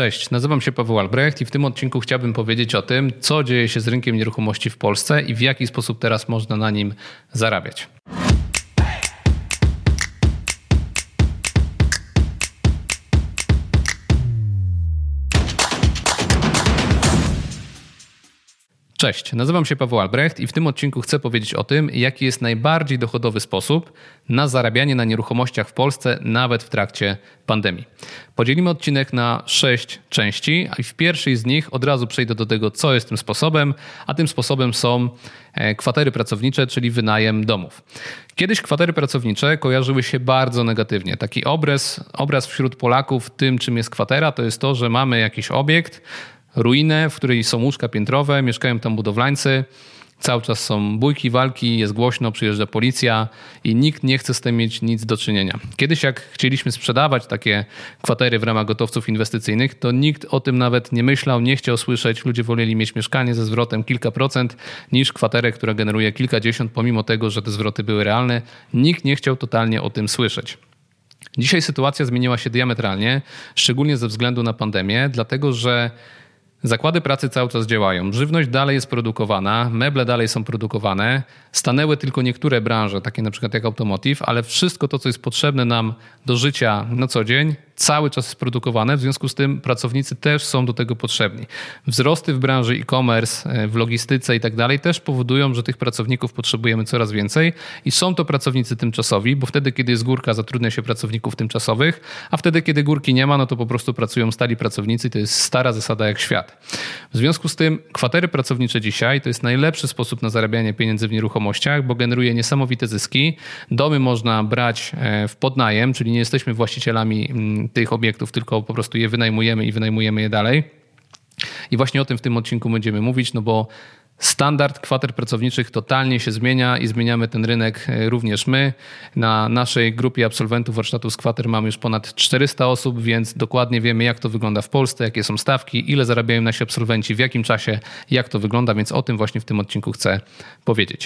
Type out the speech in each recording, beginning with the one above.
Cześć, nazywam się Paweł Albrecht i w tym odcinku chciałbym powiedzieć o tym, co dzieje się z rynkiem nieruchomości w Polsce i w jaki sposób teraz można na nim zarabiać. Cześć, nazywam się Paweł Albrecht i w tym odcinku chcę powiedzieć o tym, jaki jest najbardziej dochodowy sposób na zarabianie na nieruchomościach w Polsce, nawet w trakcie pandemii. Podzielimy odcinek na 6 części, a w pierwszej z nich od razu przejdę do tego, co jest tym sposobem, a tym sposobem są kwatery pracownicze, czyli wynajem domów. Kiedyś kwatery pracownicze kojarzyły się bardzo negatywnie. Taki obraz wśród Polaków tym, czym jest kwatera, to jest to, że mamy jakiś obiekt, ruinę, w której są łóżka piętrowe, mieszkają tam budowlańcy, cały czas są bójki, walki, jest głośno, przyjeżdża policja i nikt nie chce z tym mieć nic do czynienia. Kiedyś jak chcieliśmy sprzedawać takie kwatery w ramach gotowców inwestycyjnych, to nikt o tym nawet nie myślał, nie chciał słyszeć. Ludzie woleli mieć mieszkanie ze zwrotem kilka procent niż kwaterę, która generuje kilkadziesiąt, pomimo tego, że te zwroty były realne. Nikt nie chciał totalnie o tym słyszeć. Dzisiaj sytuacja zmieniła się diametralnie, szczególnie ze względu na pandemię, dlatego że zakłady pracy cały czas działają, żywność dalej jest produkowana, meble dalej są produkowane, stanęły tylko niektóre branże, takie na przykład jak automotive, ale wszystko to, co jest potrzebne nam do życia na co dzień, cały czas jest produkowane, w związku z tym pracownicy też są do tego potrzebni. Wzrosty w branży e-commerce, w logistyce i tak dalej też powodują, że tych pracowników potrzebujemy coraz więcej i są to pracownicy tymczasowi, bo wtedy, kiedy jest górka, zatrudnia się pracowników tymczasowych, a wtedy, kiedy górki nie ma, no to po prostu pracują stali pracownicy, to jest stara zasada jak świat. W związku z tym kwatery pracownicze dzisiaj to jest najlepszy sposób na zarabianie pieniędzy w nieruchomościach, bo generuje niesamowite zyski. Domy można brać w podnajem, czyli nie jesteśmy właścicielami tych obiektów, tylko po prostu je wynajmujemy i wynajmujemy je dalej. I właśnie o tym w tym odcinku będziemy mówić, no bo standard kwater pracowniczych totalnie się zmienia i zmieniamy ten rynek również my. Na naszej grupie absolwentów warsztatów z kwater mamy już ponad 400 osób, więc dokładnie wiemy, jak to wygląda w Polsce, jakie są stawki, ile zarabiają nasi absolwenci, w jakim czasie, jak to wygląda, więc o tym właśnie w tym odcinku chcę powiedzieć.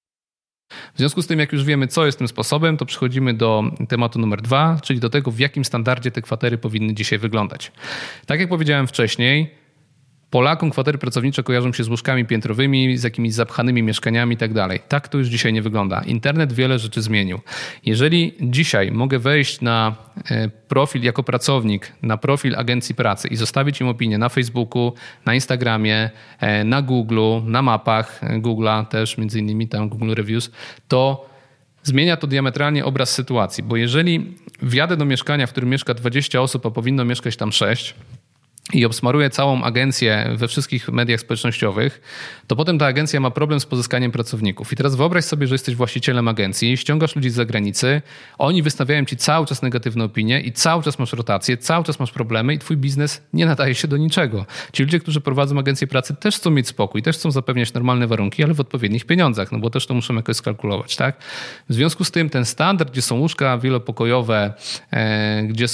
W związku z tym, jak już wiemy, co jest tym sposobem, to przechodzimy do tematu numer 2, czyli do tego, w jakim standardzie te kwatery powinny dzisiaj wyglądać. Tak jak powiedziałem wcześniej, Polakom kwatery pracownicze kojarzą się z łóżkami piętrowymi, z jakimiś zapchanymi mieszkaniami i tak dalej. Tak to już dzisiaj nie wygląda. Internet wiele rzeczy zmienił. Jeżeli dzisiaj mogę wejść na profil jako pracownik, na profil agencji pracy i zostawić im opinię na Facebooku, na Instagramie, na Google'u, na mapach Google'a też, między innymi tam Google Reviews, to zmienia to diametralnie obraz sytuacji. Bo jeżeli wjadę do mieszkania, w którym mieszka 20 osób, a powinno mieszkać tam 6, i obsmaruję całą agencję we wszystkich mediach społecznościowych, to potem ta agencja ma problem z pozyskaniem pracowników. I teraz wyobraź sobie, że jesteś właścicielem agencji, ściągasz ludzi z zagranicy, oni wystawiają ci cały czas negatywne opinie i cały czas masz rotację, cały czas masz problemy i twój biznes nie nadaje się do niczego. Ci ludzie, którzy prowadzą agencję pracy, też chcą mieć spokój, też chcą zapewniać normalne warunki, ale w odpowiednich pieniądzach, no bo też to muszą jakoś skalkulować, tak? W związku z tym ten standard, gdzie są łóżka wielopokojowe, gdzie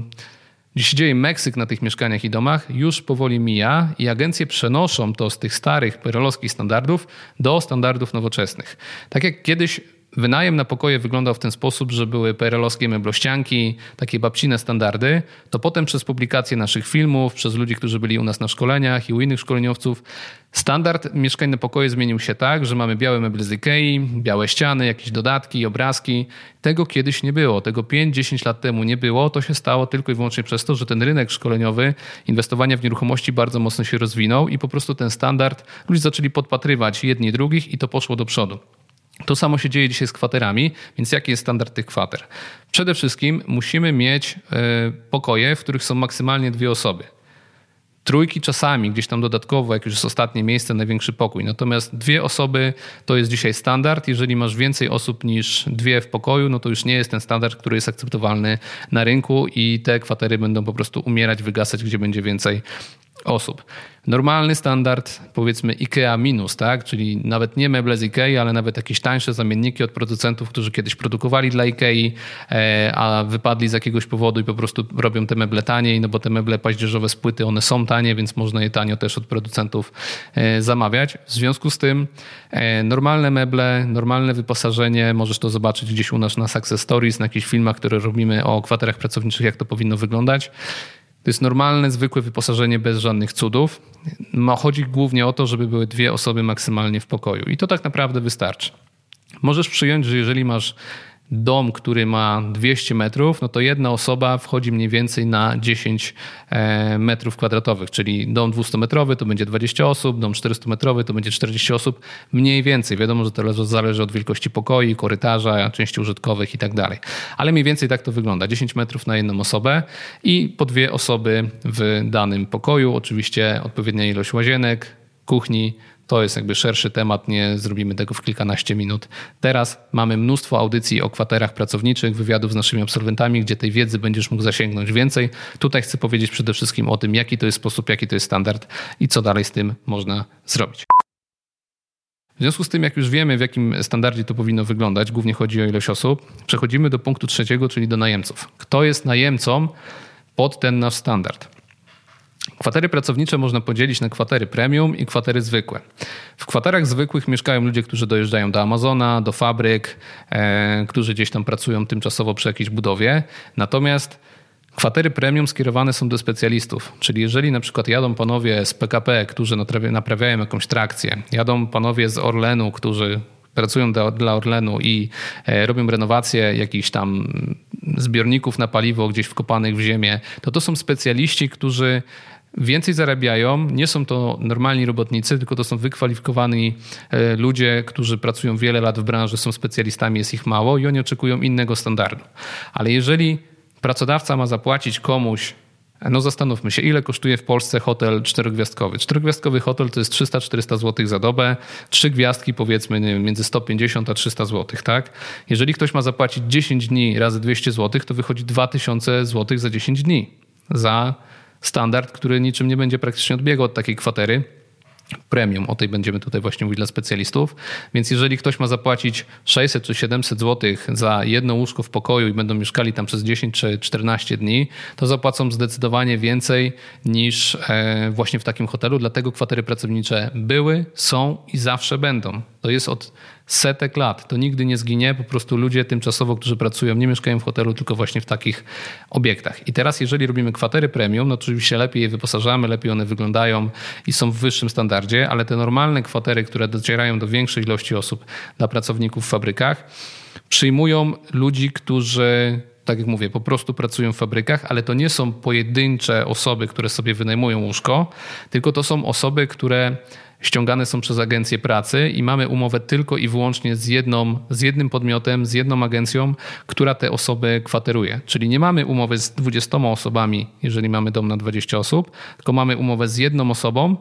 się dzieje Meksyk na tych mieszkaniach i domach, już powoli mija i agencje przenoszą to z tych starych perelowskich standardów do standardów nowoczesnych. Tak jak kiedyś wynajem na pokoje wyglądał w ten sposób, że były perelowskie meblościanki, takie babcine standardy, to potem przez publikacje naszych filmów, przez ludzi, którzy byli u nas na szkoleniach i u innych szkoleniowców, standard mieszkań na pokoje zmienił się tak, że mamy białe meble z Ikei, białe ściany, jakieś dodatki, obrazki. Tego kiedyś nie było. Tego 5-10 lat temu nie było. To się stało tylko i wyłącznie przez to, że ten rynek szkoleniowy, inwestowania w nieruchomości bardzo mocno się rozwinął i po prostu ten standard ludzie zaczęli podpatrywać jedni drugich i to poszło do przodu. To samo się dzieje dzisiaj z kwaterami, więc jaki jest standard tych kwater? Przede wszystkim musimy mieć pokoje, w których są maksymalnie 2 osoby. Trójki czasami, gdzieś tam dodatkowo, jak już jest ostatnie miejsce, największy pokój. Natomiast 2 osoby to jest dzisiaj standard. Jeżeli masz więcej osób niż 2 w pokoju, no to już nie jest ten standard, który jest akceptowalny na rynku i te kwatery będą po prostu umierać, wygasać, gdzie będzie więcej osób. Normalny standard, powiedzmy IKEA minus, tak? Czyli nawet nie meble z Ikei, ale nawet jakieś tańsze zamienniki od producentów, którzy kiedyś produkowali dla Ikei, a wypadli z jakiegoś powodu i po prostu robią te meble taniej, no bo te meble paździerzowe z płyty, one są tanie, więc można je tanio też od producentów zamawiać. W związku z tym normalne meble, normalne wyposażenie, możesz to zobaczyć gdzieś u nas na Success Stories, na jakichś filmach, które robimy o kwaterach pracowniczych, jak to powinno wyglądać. To jest normalne, zwykłe wyposażenie bez żadnych cudów. Chodzi głównie o to, żeby były 2 osoby maksymalnie w pokoju i to tak naprawdę wystarczy. Możesz przyjąć, że jeżeli masz dom, który ma 200 metrów, no to jedna osoba wchodzi mniej więcej na 10 metrów kwadratowych, czyli dom 200-metrowy to będzie 20 osób, dom 400-metrowy to będzie 40 osób, mniej więcej. Wiadomo, że to zależy od wielkości pokoi, korytarza, części użytkowych i tak dalej. Ale mniej więcej tak to wygląda. 10 metrów na jedną osobę i po 2 osoby w danym pokoju. Oczywiście odpowiednia ilość łazienek, kuchni. To jest jakby szerszy temat, nie zrobimy tego w kilkanaście minut. Teraz mamy mnóstwo audycji o kwaterach pracowniczych, wywiadów z naszymi absolwentami, gdzie tej wiedzy będziesz mógł zasięgnąć więcej. Tutaj chcę powiedzieć przede wszystkim o tym, jaki to jest sposób, jaki to jest standard i co dalej z tym można zrobić. W związku z tym, jak już wiemy, w jakim standardzie to powinno wyglądać, głównie chodzi o ilość osób, przechodzimy do punktu 3, czyli do najemców. Kto jest najemcą pod ten nasz standard? Kwatery pracownicze można podzielić na kwatery premium i kwatery zwykłe. W kwaterach zwykłych mieszkają ludzie, którzy dojeżdżają do Amazona, do fabryk, którzy gdzieś tam pracują tymczasowo przy jakiejś budowie. Natomiast kwatery premium skierowane są do specjalistów, czyli jeżeli na przykład jadą panowie z PKP, którzy naprawiają jakąś trakcję, jadą panowie z Orlenu, którzy pracują dla Orlenu i robią renowację jakichś tam zbiorników na paliwo gdzieś wkopanych w ziemię, to są specjaliści, którzy więcej zarabiają. Nie są to normalni robotnicy, tylko to są wykwalifikowani ludzie, którzy pracują wiele lat w branży, są specjalistami, jest ich mało i oni oczekują innego standardu. Ale jeżeli pracodawca ma zapłacić komuś, no zastanówmy się, ile kosztuje w Polsce hotel 4-gwiazdkowy. 4-gwiazdkowy hotel to jest 300-400 zł za dobę, 3 gwiazdki powiedzmy nie wiem, między 150 a 300 zł. Tak? Jeżeli ktoś ma zapłacić 10 dni razy 200 zł, to wychodzi 2000 zł za 10 dni. Za standard, który niczym nie będzie praktycznie odbiegał od takiej kwatery. Premium, o tej będziemy tutaj właśnie mówić dla specjalistów. Więc jeżeli ktoś ma zapłacić 600 czy 700 zł za jedno łóżko w pokoju i będą mieszkali tam przez 10 czy 14 dni, to zapłacą zdecydowanie więcej niż właśnie w takim hotelu. Dlatego kwatery pracownicze były, są i zawsze będą. To jest od setek lat. To nigdy nie zginie. Po prostu ludzie tymczasowo, którzy pracują, nie mieszkają w hotelu, tylko właśnie w takich obiektach. I teraz jeżeli robimy kwatery premium, no to oczywiście lepiej je wyposażamy, lepiej one wyglądają i są w wyższym standardzie, ale te normalne kwatery, które docierają do większej ilości osób dla pracowników w fabrykach, przyjmują ludzi, którzy, tak jak mówię, po prostu pracują w fabrykach, ale to nie są pojedyncze osoby, które sobie wynajmują łóżko, tylko to są osoby, które ściągane są przez agencję pracy i mamy umowę tylko i wyłącznie z jednym podmiotem, z jedną agencją, która te osoby kwateruje. Czyli nie mamy umowy z 20 osobami, jeżeli mamy dom na 20 osób, tylko mamy umowę z jedną osobą,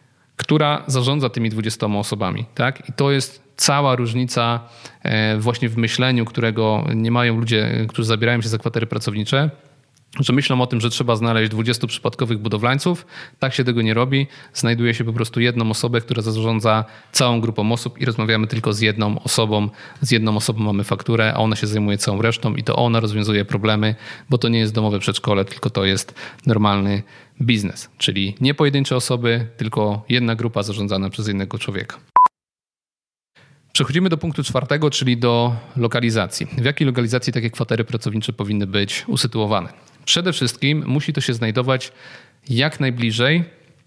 która zarządza tymi 20 osobami. Tak? I to jest cała różnica właśnie w myśleniu, którego nie mają ludzie, którzy zabierają się za kwatery pracownicze, że myślą o tym, że trzeba znaleźć 20 przypadkowych budowlańców. Tak się tego nie robi. Znajduje się po prostu jedną osobę, która zarządza całą grupą osób i rozmawiamy tylko z jedną osobą. Z jedną osobą mamy fakturę, a ona się zajmuje całą resztą i to ona rozwiązuje problemy, bo to nie jest domowe przedszkole, tylko to jest normalny biznes. Czyli nie pojedyncze osoby, tylko jedna grupa zarządzana przez jednego człowieka. Przechodzimy do punktu 4, czyli do lokalizacji. W jakiej lokalizacji takie kwatery pracownicze powinny być usytuowane? Przede wszystkim musi to się znajdować jak najbliżej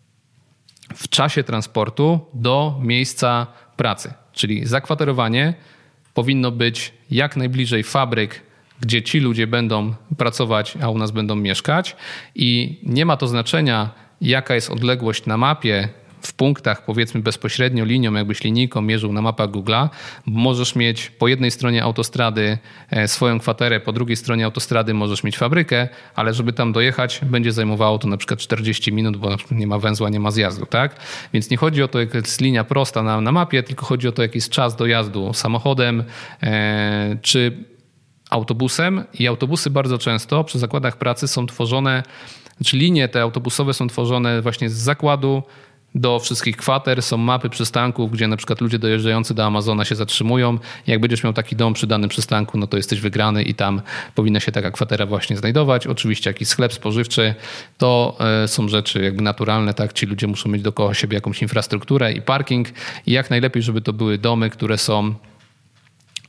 w czasie transportu do miejsca pracy. Czyli zakwaterowanie powinno być jak najbliżej fabryk, gdzie ci ludzie będą pracować, a u nas będą mieszkać. I nie ma to znaczenia, jaka jest odległość na mapie, w punktach powiedzmy bezpośrednio linią, jakbyś linijką mierzył na mapach Google'a, możesz mieć po jednej stronie autostrady swoją kwaterę, po drugiej stronie autostrady możesz mieć fabrykę, ale żeby tam dojechać, będzie zajmowało to na przykład 40 minut, bo na przykład nie ma węzła, nie ma zjazdu, tak? Więc nie chodzi o to, jak jest linia prosta na mapie, tylko chodzi o to, jaki jest czas dojazdu samochodem czy autobusem. I autobusy bardzo często przy zakładach pracy są tworzone, znaczy linie te autobusowe są tworzone właśnie z zakładu do wszystkich kwater. Są mapy przystanków, gdzie na przykład ludzie dojeżdżający do Amazona się zatrzymują. Jak będziesz miał taki dom przy danym przystanku, no to jesteś wygrany i tam powinna się taka kwatera właśnie znajdować. Oczywiście jakiś sklep spożywczy, to są rzeczy jakby naturalne, tak? Ci ludzie muszą mieć dookoła siebie jakąś infrastrukturę i parking i jak najlepiej, żeby to były domy, które są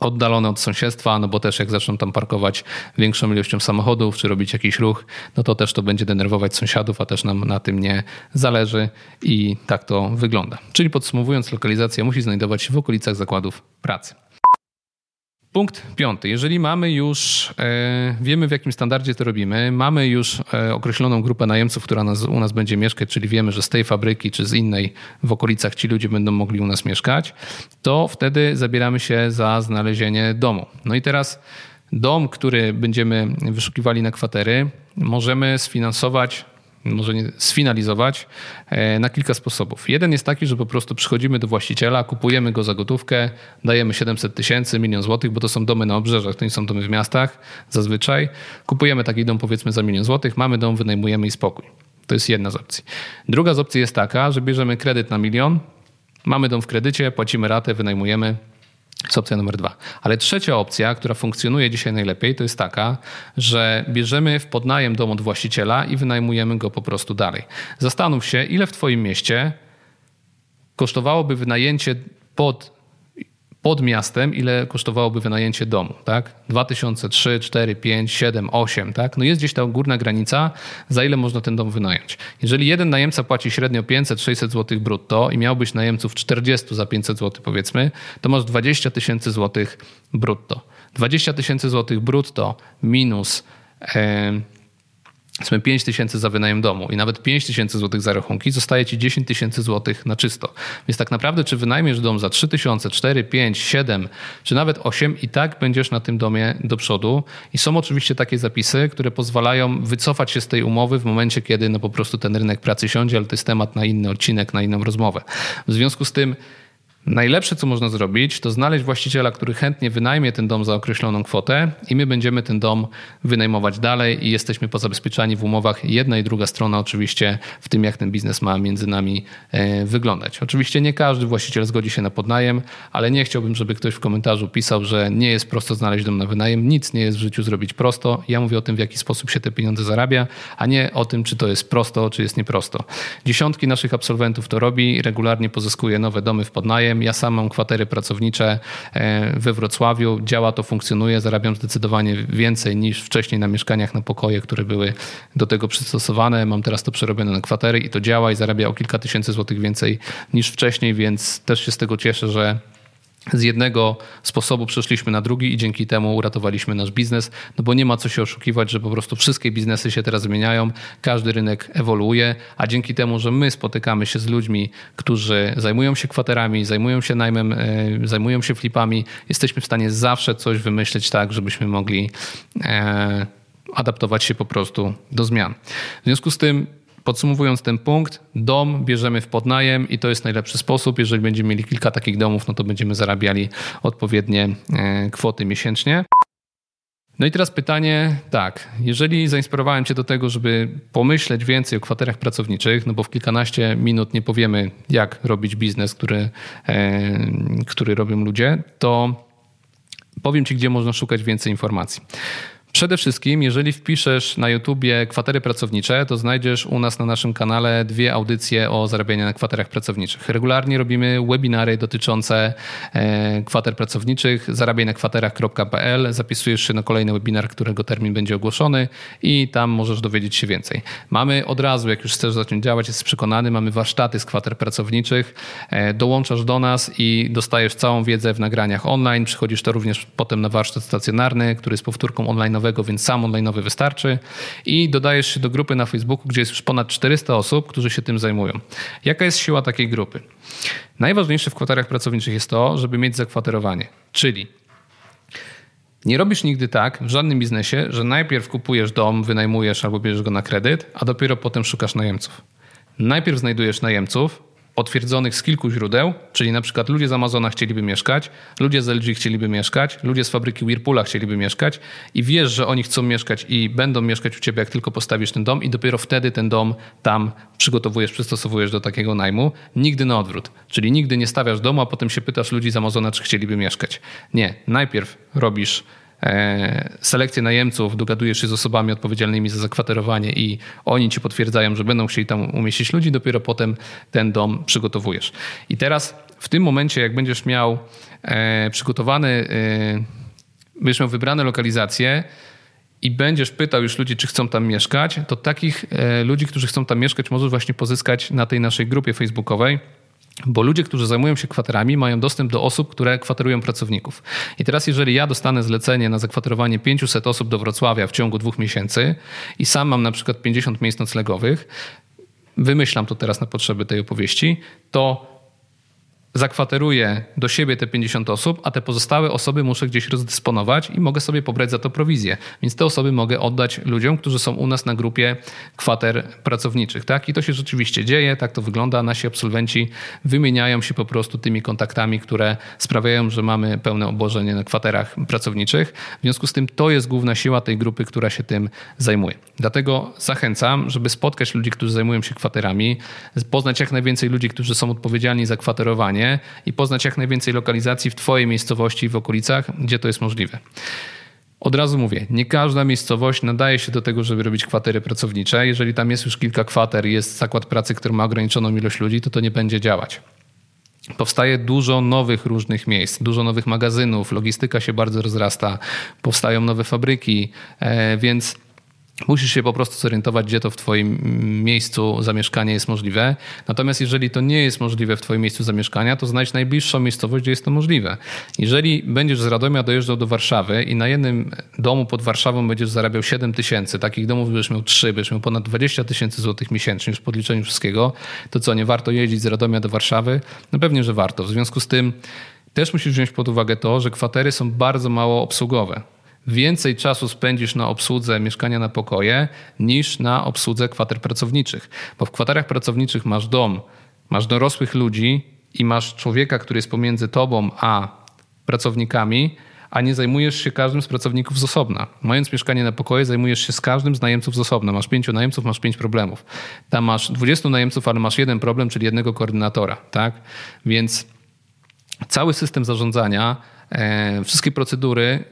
oddalone od sąsiedztwa, no bo też jak zaczną tam parkować większą ilością samochodów, czy robić jakiś ruch, no to też to będzie denerwować sąsiadów, a też nam na tym nie zależy i tak to wygląda. Czyli podsumowując, lokalizacja musi znajdować się w okolicach zakładów pracy. Punkt 5. Jeżeli mamy już, wiemy w jakim standardzie to robimy, mamy już określoną grupę najemców, która u nas będzie mieszkać, czyli wiemy, że z tej fabryki czy z innej w okolicach ci ludzie będą mogli u nas mieszkać, to wtedy zabieramy się za znalezienie domu. No i teraz dom, który będziemy wyszukiwali na kwatery, możemy sfinalizować na kilka sposobów. Jeden jest taki, że po prostu przychodzimy do właściciela, kupujemy go za gotówkę, dajemy 700 000, 1 000 000 złotych, bo to są domy na obrzeżach, to nie są domy w miastach zazwyczaj. Kupujemy taki dom powiedzmy za 1 000 000 złotych, mamy dom, wynajmujemy i spokój. To jest jedna z opcji. Druga z opcji jest taka, że bierzemy kredyt na 1 000 000, mamy dom w kredycie, płacimy ratę, wynajmujemy. To jest opcja numer 2. Ale trzecia opcja, która funkcjonuje dzisiaj najlepiej, to jest taka, że bierzemy w podnajem dom od właściciela i wynajmujemy go po prostu dalej. Zastanów się, ile w twoim mieście kosztowałoby wynajęcie pod miastem, ile kosztowałoby wynajęcie domu, tak? 2000, 3, 4, 5, 7, 8, tak? No jest gdzieś ta górna granica, za ile można ten dom wynająć. Jeżeli jeden najemca płaci średnio 500-600 zł brutto i miałbyś najemców 40 za 500 zł powiedzmy, to masz 20 000 złotych brutto. 20 000 złotych brutto minus 5 000 za wynajem domu i nawet 5 000 złotych za rachunki, zostaje ci 10 000 złotych na czysto. Więc tak naprawdę, czy wynajmiesz dom za 3 000, 4, 5, 7, czy nawet 8 i tak będziesz na tym domie do przodu. I są oczywiście takie zapisy, które pozwalają wycofać się z tej umowy w momencie, kiedy no po prostu ten rynek pracy siądzie, ale to jest temat na inny odcinek, na inną rozmowę. W związku z tym najlepsze, co można zrobić, to znaleźć właściciela, który chętnie wynajmie ten dom za określoną kwotę i my będziemy ten dom wynajmować dalej i jesteśmy pozabezpieczani w umowach. Jedna i druga strona oczywiście w tym, jak ten biznes ma między nami wyglądać. Oczywiście nie każdy właściciel zgodzi się na podnajem, ale nie chciałbym, żeby ktoś w komentarzu pisał, że nie jest prosto znaleźć dom na wynajem. Nic nie jest w życiu zrobić prosto. Ja mówię o tym, w jaki sposób się te pieniądze zarabia, a nie o tym, czy to jest prosto, czy jest nieprosto. Dziesiątki naszych absolwentów to robi, regularnie pozyskuje nowe domy w podnajem. Ja sam mam kwatery pracownicze we Wrocławiu. Działa to, funkcjonuje. Zarabiam zdecydowanie więcej niż wcześniej na mieszkaniach, na pokoje, które były do tego przystosowane. Mam teraz to przerobione na kwatery i to działa i zarabia o kilka tysięcy złotych więcej niż wcześniej, więc też się z tego cieszę, że z jednego sposobu przeszliśmy na drugi i dzięki temu uratowaliśmy nasz biznes, no bo nie ma co się oszukiwać, że po prostu wszystkie biznesy się teraz zmieniają, każdy rynek ewoluuje, a dzięki temu, że my spotykamy się z ludźmi, którzy zajmują się kwaterami, zajmują się najmem, zajmują się flipami, jesteśmy w stanie zawsze coś wymyśleć tak, żebyśmy mogli adaptować się po prostu do zmian. W związku z tym, podsumowując ten punkt, dom bierzemy w podnajem i to jest najlepszy sposób. Jeżeli będziemy mieli kilka takich domów, no to będziemy zarabiali odpowiednie kwoty miesięcznie. No i teraz pytanie, tak, jeżeli zainspirowałem Cię do tego, żeby pomyśleć więcej o kwaterach pracowniczych, no bo w kilkanaście minut nie powiemy, jak robić biznes, który robią ludzie, to powiem Ci, gdzie można szukać więcej informacji. Przede wszystkim, jeżeli wpiszesz na YouTubie kwatery pracownicze, to znajdziesz u nas na naszym kanale 2 audycje o zarabianiu na kwaterach pracowniczych. Regularnie robimy webinary dotyczące kwater pracowniczych. zarabiajnakwaterach.pl. Zapisujesz się na kolejny webinar, którego termin będzie ogłoszony i tam możesz dowiedzieć się więcej. Mamy od razu, jak już chcesz zacząć działać, jesteś przekonany, mamy warsztaty z kwater pracowniczych. Dołączasz do nas i dostajesz całą wiedzę w nagraniach online. Przychodzisz to również potem na warsztat stacjonarny, który jest powtórką online, więc sam online'owy wystarczy i dodajesz się do grupy na Facebooku, gdzie jest już ponad 400 osób, którzy się tym zajmują. Jaka jest siła takiej grupy? Najważniejsze w kwaterach pracowniczych jest to, żeby mieć zakwaterowanie, czyli nie robisz nigdy tak w żadnym biznesie, że najpierw kupujesz dom, wynajmujesz albo bierzesz go na kredyt, a dopiero potem szukasz najemców. Najpierw znajdujesz najemców, potwierdzonych z kilku źródeł, czyli na przykład ludzie z Amazona chcieliby mieszkać, ludzie z LG chcieliby mieszkać, ludzie z fabryki Whirlpoola chcieliby mieszkać i wiesz, że oni chcą mieszkać i będą mieszkać u ciebie, jak tylko postawisz ten dom i dopiero wtedy ten dom tam przygotowujesz, przystosowujesz do takiego najmu. Nigdy na odwrót, czyli nigdy nie stawiasz domu, a potem się pytasz ludzi z Amazona, czy chcieliby mieszkać. Nie, najpierw robisz selekcję najemców, dogadujesz się z osobami odpowiedzialnymi za zakwaterowanie i oni ci potwierdzają, że będą chcieli tam umieścić ludzi, dopiero potem ten dom przygotowujesz. I teraz w tym momencie, jak będziesz miał będziesz miał wybrane lokalizacje i będziesz pytał już ludzi, czy chcą tam mieszkać, to takich ludzi, którzy chcą tam mieszkać, możesz właśnie pozyskać na tej naszej grupie facebookowej, bo ludzie, którzy zajmują się kwaterami, mają dostęp do osób, które kwaterują pracowników. I teraz jeżeli ja dostanę zlecenie na zakwaterowanie 500 osób do Wrocławia w ciągu 2 miesięcy i sam mam na przykład 50 miejsc noclegowych, wymyślam to teraz na potrzeby tej opowieści, to zakwateruję do siebie te 50 osób, a te pozostałe osoby muszę gdzieś rozdysponować i mogę sobie pobrać za to prowizję. Więc te osoby mogę oddać ludziom, którzy są u nas na grupie kwater pracowniczych. Tak? I to się rzeczywiście dzieje, tak to wygląda. Nasi absolwenci wymieniają się po prostu tymi kontaktami, które sprawiają, że mamy pełne obłożenie na kwaterach pracowniczych. W związku z tym to jest główna siła tej grupy, która się tym zajmuje. Dlatego zachęcam, żeby spotkać ludzi, którzy zajmują się kwaterami, poznać jak najwięcej ludzi, którzy są odpowiedzialni za kwaterowanie i poznać jak najwięcej lokalizacji w twojej miejscowości i w okolicach, gdzie to jest możliwe. Od razu mówię, nie każda miejscowość nadaje się do tego, żeby robić kwatery pracownicze. Jeżeli tam jest już kilka kwater i jest zakład pracy, który ma ograniczoną ilość ludzi, to nie będzie działać. Powstaje dużo nowych różnych miejsc, dużo nowych magazynów, logistyka się bardzo rozrasta, powstają nowe fabryki, więc musisz się po prostu zorientować, gdzie to w twoim miejscu zamieszkania jest możliwe. Natomiast jeżeli to nie jest możliwe w twoim miejscu zamieszkania, to znajdź najbliższą miejscowość, gdzie jest to możliwe. Jeżeli będziesz z Radomia dojeżdżał do Warszawy i na jednym domu pod Warszawą będziesz zarabiał 7 000, takich domów będziesz miał 3, będziesz miał ponad 20 000 złotych miesięcznie już w podliczeniu wszystkiego, to co, nie warto jeździć z Radomia do Warszawy? No pewnie, że warto. W związku z tym też musisz wziąć pod uwagę to, że kwatery są bardzo mało obsługowe. Więcej czasu spędzisz na obsłudze mieszkania na pokoje niż na obsłudze kwater pracowniczych. Bo w kwaterach pracowniczych masz dom, masz dorosłych ludzi i masz człowieka, który jest pomiędzy tobą a pracownikami, a nie zajmujesz się każdym z pracowników z osobna. Mając mieszkanie na pokoje, zajmujesz się z każdym z najemców z osobna. Masz 5 najemców, masz 5 problemów. Tam masz 20 najemców, ale masz 1 problem, czyli 1 koordynatora. Tak? Więc cały system zarządzania, wszystkie procedury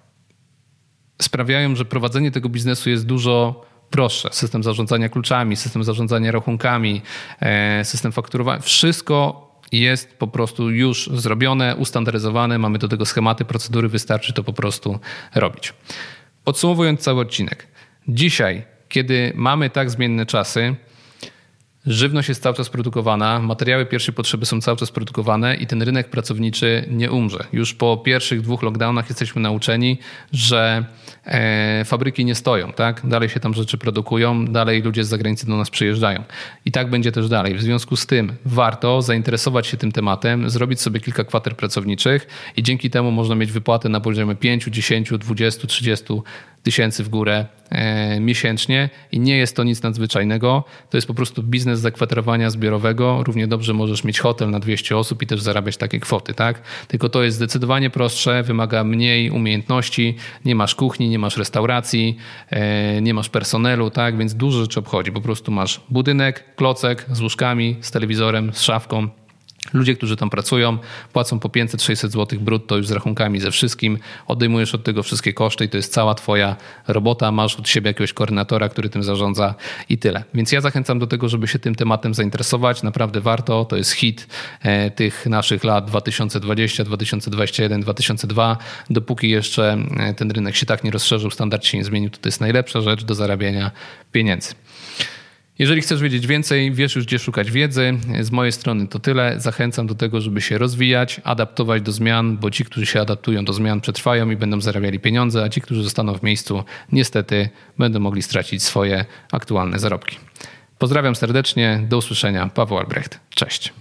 sprawiają, że prowadzenie tego biznesu jest dużo prostsze. System zarządzania kluczami, system zarządzania rachunkami, system fakturowania. Wszystko jest po prostu już zrobione, ustandaryzowane. Mamy do tego schematy, procedury. Wystarczy to po prostu robić. Podsumowując cały odcinek. Dzisiaj, kiedy mamy tak zmienne czasy, żywność jest cały czas produkowana, materiały pierwszej potrzeby są cały czas produkowane i ten rynek pracowniczy nie umrze. Już po pierwszych 2 lockdownach jesteśmy nauczeni, że fabryki nie stoją, tak? Dalej się tam rzeczy produkują, dalej ludzie z zagranicy do nas przyjeżdżają. I tak będzie też dalej. W związku z tym warto zainteresować się tym tematem, zrobić sobie kilka kwater pracowniczych i dzięki temu można mieć wypłaty na poziomie 5, 10, 20, 30 tysięcy w górę miesięcznie i nie jest to nic nadzwyczajnego. To jest po prostu biznes zakwaterowania zbiorowego. Równie dobrze możesz mieć hotel na 200 osób i też zarabiać takie kwoty, tak? Tylko to jest zdecydowanie prostsze, wymaga mniej umiejętności, nie masz kuchni, nie masz restauracji, nie masz personelu, tak? Więc dużo rzeczy obchodzi. Po prostu masz budynek, klocek z łóżkami, z telewizorem, z szafką. Ludzie, którzy tam pracują, płacą po 500-600 zł brutto już z rachunkami, ze wszystkim. Odejmujesz od tego wszystkie koszty i to jest cała twoja robota. Masz od siebie jakiegoś koordynatora, który tym zarządza i tyle. Więc ja zachęcam do tego, żeby się tym tematem zainteresować. Naprawdę warto. To jest hit tych naszych lat 2020, 2021, 2002. Dopóki jeszcze ten rynek się tak nie rozszerzył, standard się nie zmienił, to jest najlepsza rzecz do zarabiania pieniędzy. Jeżeli chcesz wiedzieć więcej, wiesz już gdzie szukać wiedzy. Z mojej strony to tyle. Zachęcam do tego, żeby się rozwijać, adaptować do zmian, bo ci, którzy się adaptują do zmian, przetrwają i będą zarabiali pieniądze, a ci, którzy zostaną w miejscu, niestety będą mogli stracić swoje aktualne zarobki. Pozdrawiam serdecznie. Do usłyszenia. Paweł Albrecht. Cześć.